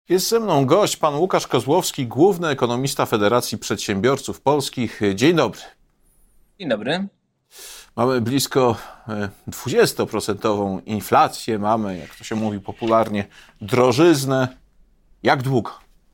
Jest ze mną gość, pan Łukasz Kozłowski, główny ekonomista Federacji Przedsiębiorców Polskich. Dzień dobry. Dzień dobry. Mamy blisko 20% inflację, mamy, jak to się mówi popularnie, drożyznę. Jak długo?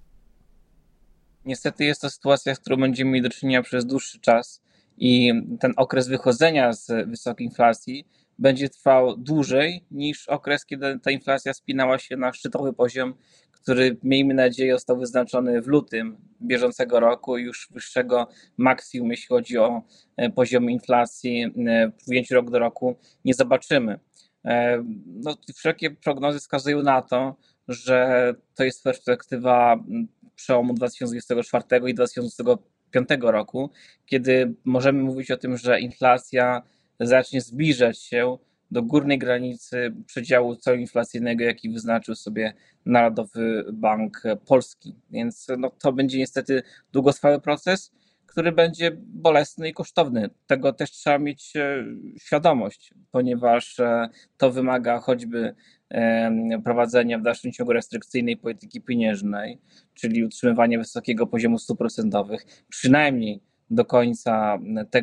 Niestety jest to sytuacja, z którą będziemy mieli do czynienia przez dłuższy czas i ten okres wychodzenia z wysokiej inflacji będzie trwał dłużej niż okres, kiedy ta inflacja spinała się na szczytowy poziom, który, miejmy nadzieję, został wyznaczony w lutym bieżącego roku i już wyższego maksimum, jeśli chodzi o poziom inflacji w ujęciu rok do roku, nie zobaczymy. No, wszelkie prognozy wskazują na to, że to jest perspektywa przełomu 2024 i 2025 roku, kiedy możemy mówić o tym, że inflacja zacznie zbliżać się do górnej granicy przedziału celu inflacyjnego, jaki wyznaczył sobie Narodowy Bank Polski. Więc to będzie niestety długotrwały proces, który będzie bolesny i kosztowny. Tego też trzeba mieć świadomość, ponieważ to wymaga choćby prowadzenia w dalszym ciągu restrykcyjnej polityki pieniężnej, czyli utrzymywania wysokiego poziomu stóp procentowych, przynajmniej do końca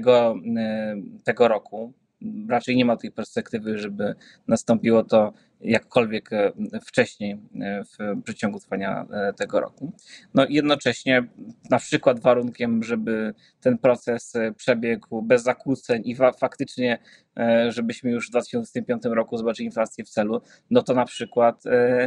tego roku. Raczej nie ma tej perspektywy, żeby nastąpiło to jakkolwiek wcześniej w przeciągu trwania tego roku. No i jednocześnie na przykład warunkiem, żeby ten proces przebiegł bez zakłóceń i faktycznie żebyśmy już w 2025 roku zobaczyli inflację w celu, no to na przykład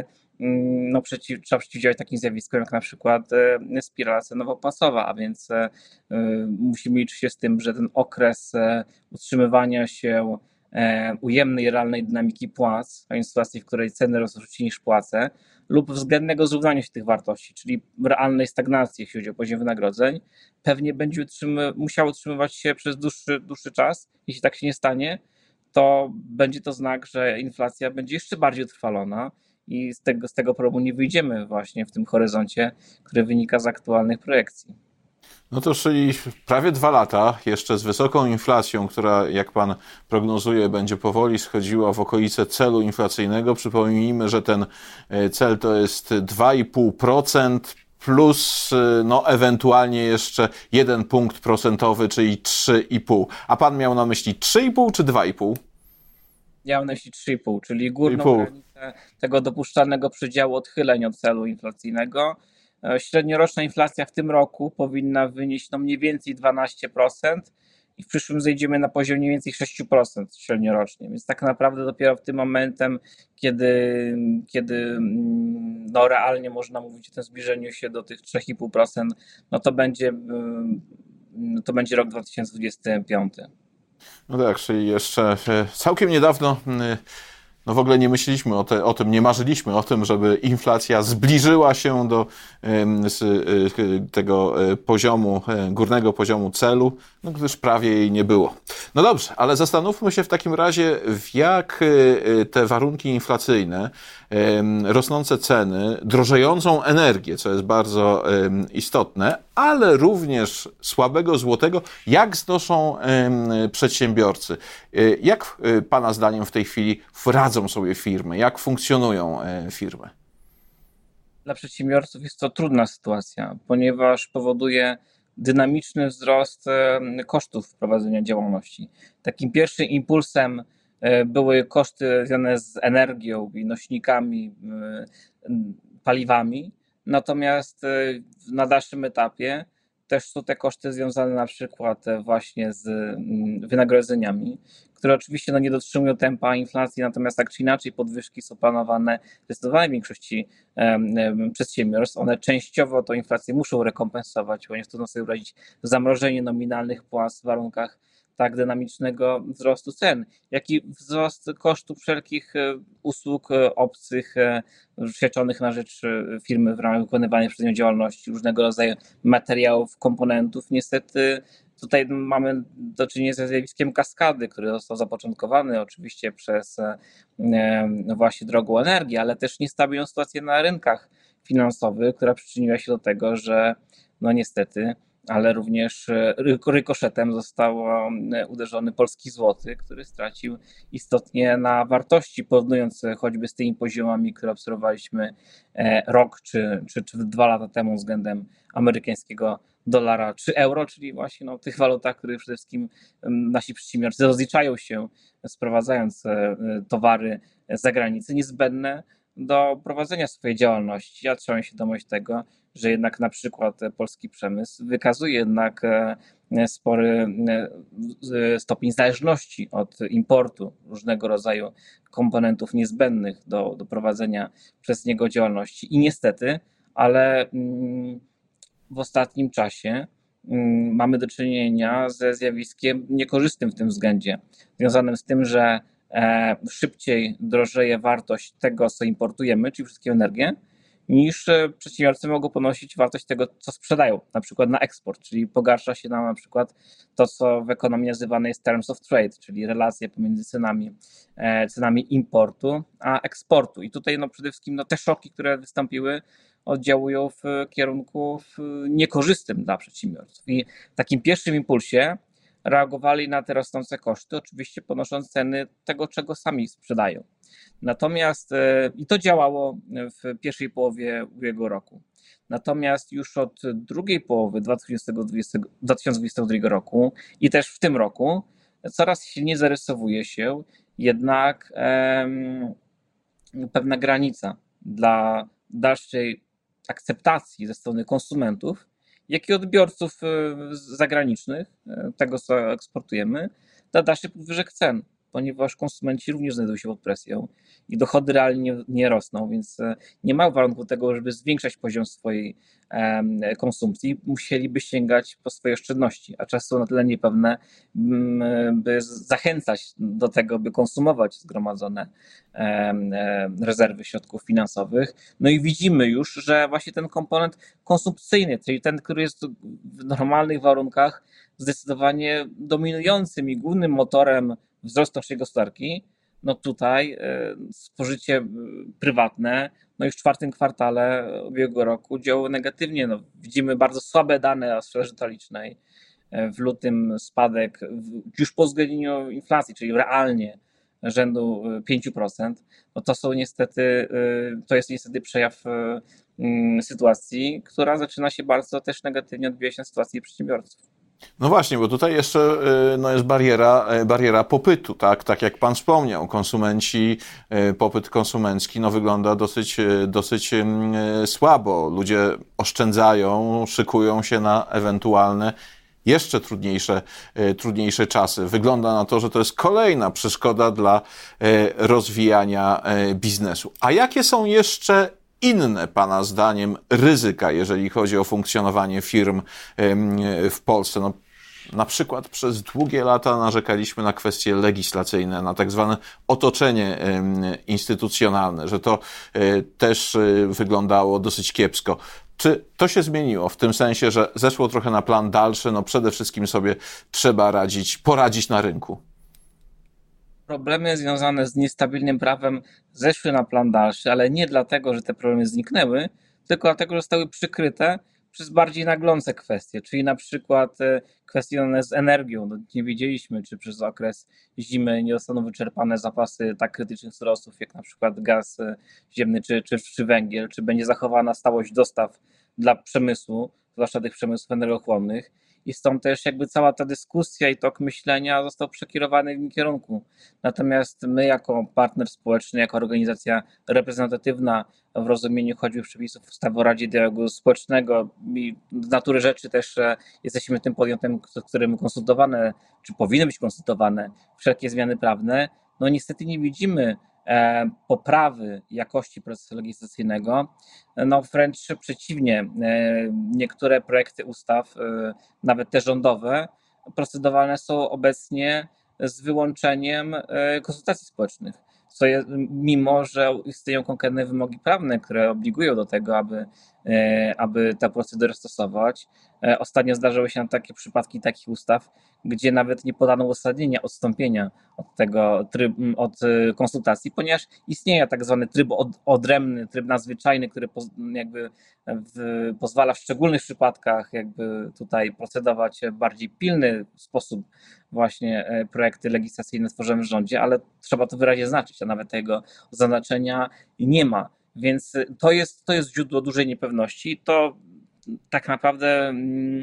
trzeba przeciwdziałać takim zjawiskom jak na przykład spirala cenowo-płacowa, a więc musimy liczyć się z tym, że ten okres utrzymywania się ujemnej, realnej dynamiki płac, a więc sytuacji, w której ceny rosną szybciej niż płace, lub względnego zrównania się tych wartości, czyli realnej stagnacji, jeśli chodzi o poziom wynagrodzeń, pewnie będzie musiał utrzymywać się przez dłuższy czas. Jeśli tak się nie stanie, to będzie to znak, że inflacja będzie jeszcze bardziej utrwalona i z tego problemu nie wyjdziemy właśnie w tym horyzoncie, który wynika z aktualnych projekcji. No to czyli prawie 2 lata jeszcze z wysoką inflacją, która, jak pan prognozuje, będzie powoli schodziła w okolice celu inflacyjnego. Przypomnijmy, że ten cel to jest 2,5% plus ewentualnie jeszcze 1 punkt procentowy, czyli 3,5. A pan miał na myśli 3,5 czy 2,5? Ja mam na myśli 3,5, czyli górną 3,5. granicę tego dopuszczalnego przedziału odchyleń od celu inflacyjnego. Średnioroczna inflacja w tym roku powinna wynieść mniej więcej 12% i w przyszłym zejdziemy na poziom mniej więcej 6% średniorocznie. Więc tak naprawdę dopiero w tym momentem, kiedy realnie można mówić o tym zbliżeniu się do tych 3,5%, no to będzie rok 2025. No tak, czyli jeszcze całkiem niedawno w ogóle nie myśleliśmy o tym, nie marzyliśmy o tym, żeby inflacja zbliżyła się do tego poziomu, górnego poziomu celu, gdyż prawie jej nie było. No dobrze, ale zastanówmy się w takim razie, jak te warunki inflacyjne, rosnące ceny, drożejącą energię, co jest bardzo istotne, ale również słabego złotego, jak znoszą przedsiębiorcy. Jak pana zdaniem w tej chwili radzą sobie firmy? Jak funkcjonują firmy? Dla przedsiębiorców jest to trudna sytuacja, ponieważ powoduje dynamiczny wzrost kosztów prowadzenia działalności. Takim pierwszym impulsem były koszty związane z energią i nośnikami, paliwami, natomiast na dalszym etapie też są te koszty związane na przykład właśnie z wynagrodzeniami, które oczywiście nie dotrzymują tempa inflacji, natomiast tak czy inaczej podwyżki są planowane w zdecydowanej większości przedsiębiorstw. One częściowo tą inflację muszą rekompensować, ponieważ trudno sobie wyobrazić zamrożenie nominalnych płac w warunkach tak dynamicznego wzrostu cen, jak i wzrost kosztów wszelkich usług obcych świadczonych na rzecz firmy w ramach wykonywania przez nią działalności, różnego rodzaju materiałów, komponentów. Niestety tutaj mamy do czynienia ze zjawiskiem kaskady, który został zapoczątkowany oczywiście przez właśnie drogą energii, ale też niestabilną sytuację na rynkach finansowych, która przyczyniła się do tego, że niestety ale również rykoszetem został uderzony polski złoty, który stracił istotnie na wartości, porównując choćby z tymi poziomami, które obserwowaliśmy rok czy 2 lata temu względem amerykańskiego dolara czy euro, czyli właśnie tych walutach, których przede wszystkim nasi przedsiębiorcy rozliczają się, sprowadzając towary z zagranicy niezbędne do prowadzenia swojej działalności. Ja trzeba się domyślić tego, że jednak na przykład polski przemysł wykazuje jednak spory stopień zależności od importu różnego rodzaju komponentów niezbędnych do prowadzenia przez niego działalności. I niestety, ale w ostatnim czasie mamy do czynienia ze zjawiskiem niekorzystnym w tym względzie, związanym z tym, że szybciej drożeje wartość tego, co importujemy, czyli wszystkie energię, niż przedsiębiorcy mogą ponosić wartość tego, co sprzedają, na przykład na eksport, czyli pogarsza się nam na przykład to, co w ekonomii nazywane jest terms of trade, czyli relacje pomiędzy cenami importu a eksportu. I tutaj przede wszystkim te szoki, które wystąpiły, oddziałują w kierunku niekorzystnym dla przedsiębiorców. I w takim pierwszym impulsie reagowali na te rosnące koszty, oczywiście podnosząc ceny tego, czego sami sprzedają. Natomiast i to działało w pierwszej połowie ubiegłego roku. Natomiast już od drugiej połowy 2022 roku i też w tym roku coraz silniej zarysowuje się jednak pewna granica dla dalszej akceptacji ze strony konsumentów, jak i odbiorców zagranicznych, tego co eksportujemy, dla dalszych podwyżek cen, ponieważ konsumenci również znajdują się pod presją i dochody realnie nie rosną, więc nie ma warunku tego, żeby zwiększać poziom swojej konsumpcji, musieliby sięgać po swoje oszczędności, a czasy są na tyle niepewne, by zachęcać do tego, by konsumować zgromadzone rezerwy środków finansowych. No i widzimy już, że właśnie ten komponent konsumpcyjny, czyli ten, który jest w normalnych warunkach zdecydowanie dominującym i głównym motorem wzrostu naszej gospodarki, tutaj spożycie prywatne, już w czwartym kwartale ubiegłego roku działało negatywnie. Widzimy bardzo słabe dane o sprzedaży detalicznej. W lutym spadek już po uwzględnieniu inflacji, czyli realnie rzędu 5%. To jest niestety przejaw sytuacji, która zaczyna się bardzo też negatywnie odbijać na sytuacji przedsiębiorców. No właśnie, bo tutaj jeszcze jest bariera popytu, tak? Tak jak pan wspomniał, popyt konsumencki wygląda dosyć słabo. Ludzie oszczędzają, szykują się na ewentualne jeszcze trudniejsze czasy. Wygląda na to, że to jest kolejna przeszkoda dla rozwijania biznesu. A jakie są jeszcze inne, pana zdaniem, ryzyka, jeżeli chodzi o funkcjonowanie firm w Polsce? Na przykład przez długie lata narzekaliśmy na kwestie legislacyjne, na tak zwane otoczenie instytucjonalne, że to też wyglądało dosyć kiepsko. Czy to się zmieniło w tym sensie, że zeszło trochę na plan dalszy? Przede wszystkim sobie trzeba poradzić na rynku. Problemy związane z niestabilnym prawem zeszły na plan dalszy, ale nie dlatego, że te problemy zniknęły, tylko dlatego, że zostały przykryte przez bardziej naglące kwestie, czyli na przykład kwestie związane z energią. Nie wiedzieliśmy, czy przez okres zimy nie zostaną wyczerpane zapasy tak krytycznych surowców, jak na przykład gaz ziemny czy węgiel, czy będzie zachowana stałość dostaw dla przemysłu, zwłaszcza tych przemysłów energochłonnych. I stąd też cała ta dyskusja i tok myślenia został przekierowany w tym kierunku. Natomiast my jako partner społeczny, jako organizacja reprezentatywna w rozumieniu choćby przepisów ustawy o Radzie Dialogu Społecznego i z natury rzeczy też jesteśmy tym podmiotem, z którym konsultowane, czy powinny być konsultowane wszelkie zmiany prawne, niestety nie widzimy poprawy jakości procesu legislacyjnego. Wręcz przeciwnie, niektóre projekty ustaw, nawet te rządowe, procedowane są obecnie z wyłączeniem konsultacji społecznych. Mimo że istnieją konkretne wymogi prawne, które obligują do tego, aby te procedury stosować, Ostatnio zdarzyły się takie przypadki takich ustaw, gdzie nawet nie podano uzasadnienia odstąpienia od tego od konsultacji, ponieważ istnieje tak zwany tryb odrębny, tryb nadzwyczajny, który jakby pozwala w szczególnych przypadkach jakby tutaj procedować w bardziej pilny sposób właśnie projekty legislacyjne tworzone w rządzie, ale trzeba to wyraźnie znaczyć, a nawet tego zaznaczenia nie ma. Więc to jest źródło dużej niepewności. To tak naprawdę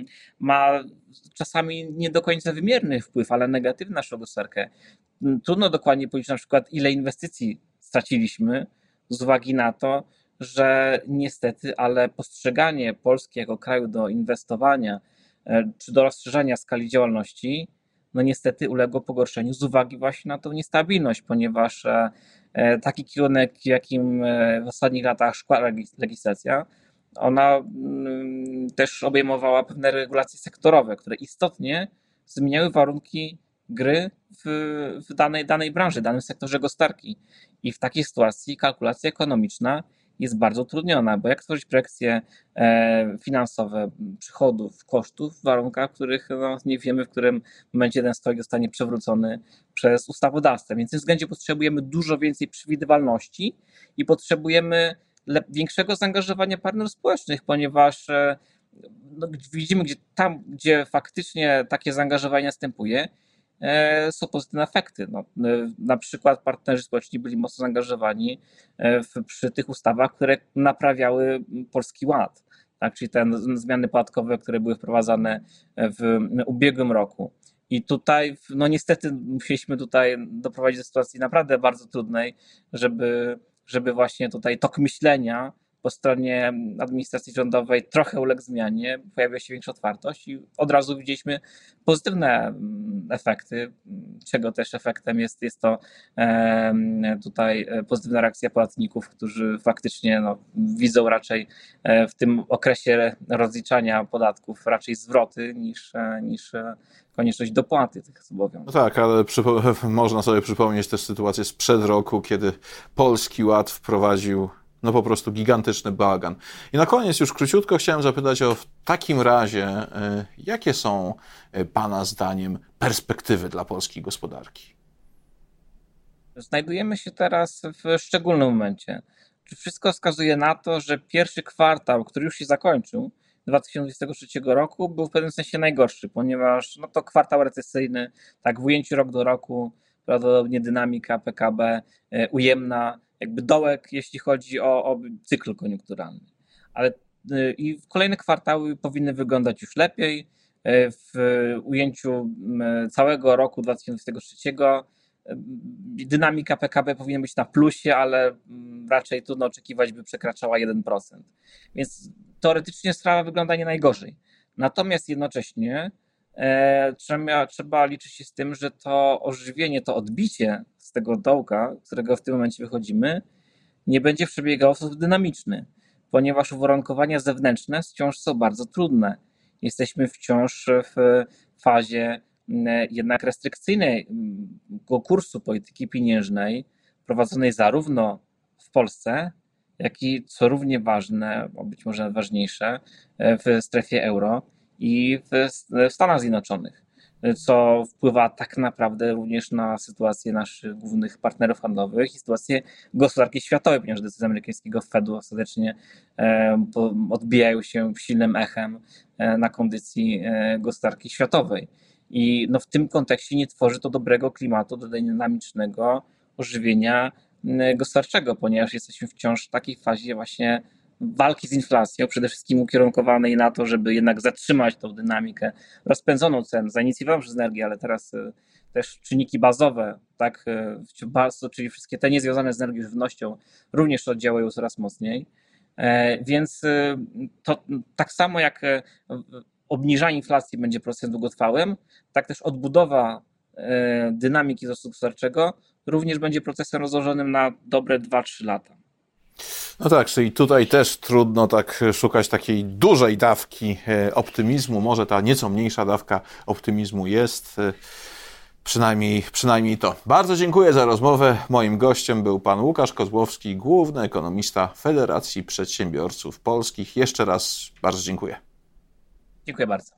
ma czasami nie do końca wymierny wpływ, ale negatywny na naszą gospodarkę. Trudno dokładnie powiedzieć na przykład, ile inwestycji straciliśmy z uwagi na to, że niestety, ale postrzeganie Polski jako kraju do inwestowania czy do rozszerzania skali działalności, no niestety uległo pogorszeniu z uwagi właśnie na tą niestabilność, ponieważ taki kierunek, jakim w ostatnich latach szła legislacja, ona też obejmowała pewne regulacje sektorowe, które istotnie zmieniały warunki gry w danej branży, danym sektorze gospodarki. I w takiej sytuacji kalkulacja ekonomiczna jest bardzo utrudniona, bo jak tworzyć projekcje finansowe przychodów, kosztów w warunkach, w których nie wiemy, w którym momencie ten stojak zostanie przewrócony przez ustawodawcę. Więc w tym względzie potrzebujemy dużo więcej przewidywalności i potrzebujemy większego zaangażowania partnerów społecznych, ponieważ widzimy, gdzie faktycznie takie zaangażowanie następuje, są pozytywne efekty. Na przykład partnerzy społeczni byli mocno zaangażowani przy tych ustawach, które naprawiały Polski Ład, tak? Czyli te zmiany podatkowe, które były wprowadzane w ubiegłym roku. I tutaj, niestety musieliśmy tutaj doprowadzić do sytuacji naprawdę bardzo trudnej, żeby właśnie tutaj tok myślenia po stronie administracji rządowej trochę uległ zmianie, pojawiła się większa otwartość i od razu widzieliśmy pozytywne efekty, czego też efektem jest to tutaj pozytywna reakcja podatników, którzy faktycznie widzą raczej w tym okresie rozliczania podatków raczej zwroty niż konieczność dopłaty tych zobowiązań. No tak, ale można sobie przypomnieć też sytuację sprzed roku, kiedy Polski Ład wprowadził po prostu gigantyczny bałagan. I na koniec już króciutko chciałem zapytać w takim razie, jakie są Pana zdaniem perspektywy dla polskiej gospodarki? Znajdujemy się teraz w szczególnym momencie. Wszystko wskazuje na to, że pierwszy kwartał, który już się zakończył, 2023 roku, był w pewnym sensie najgorszy, ponieważ to kwartał recesyjny, tak w ujęciu rok do roku, prawdopodobnie dynamika PKB ujemna, jakby dołek, jeśli chodzi o cykl koniunkturalny. Ale i kolejne kwartały powinny wyglądać już lepiej. W ujęciu całego roku 2023 dynamika PKB powinna być na plusie, ale raczej trudno oczekiwać, by przekraczała 1%. Więc teoretycznie sprawa wygląda nie najgorzej. Natomiast jednocześnie trzeba liczyć się z tym, że to ożywienie, to odbicie z tego dołka, z którego w tym momencie wychodzimy, nie będzie przebiegało w sposób dynamiczny, ponieważ uwarunkowania zewnętrzne wciąż są bardzo trudne. Jesteśmy wciąż w fazie jednak restrykcyjnego kursu polityki pieniężnej prowadzonej zarówno w Polsce, jak i, co równie ważne, bo być może ważniejsze, w strefie euro i w Stanach Zjednoczonych, co wpływa tak naprawdę również na sytuację naszych głównych partnerów handlowych i sytuację gospodarki światowej, ponieważ decyzje amerykańskiego Fedu ostatecznie odbijają się silnym echem na kondycji gospodarki światowej. I w tym kontekście nie tworzy to dobrego klimatu do dynamicznego ożywienia gospodarczego, ponieważ jesteśmy wciąż w takiej fazie właśnie walki z inflacją, przede wszystkim ukierunkowanej na to, żeby jednak zatrzymać tą dynamikę rozpędzoną cen, zainicjowaną przez energię, ale teraz też czynniki bazowe, tak, czyli wszystkie te niezwiązane z energią i żywnością również oddziałują coraz mocniej. Więc to tak samo jak obniżanie inflacji będzie procesem długotrwałym, tak też odbudowa dynamiki wzrostu gospodarczego również będzie procesem rozłożonym na dobre 2-3 lata. No tak, czyli tutaj też trudno tak szukać takiej dużej dawki optymizmu. Może ta nieco mniejsza dawka optymizmu jest, przynajmniej to. Bardzo dziękuję za rozmowę. Moim gościem był pan Łukasz Kozłowski, główny ekonomista Federacji Przedsiębiorców Polskich. Jeszcze raz bardzo dziękuję. Dziękuję bardzo.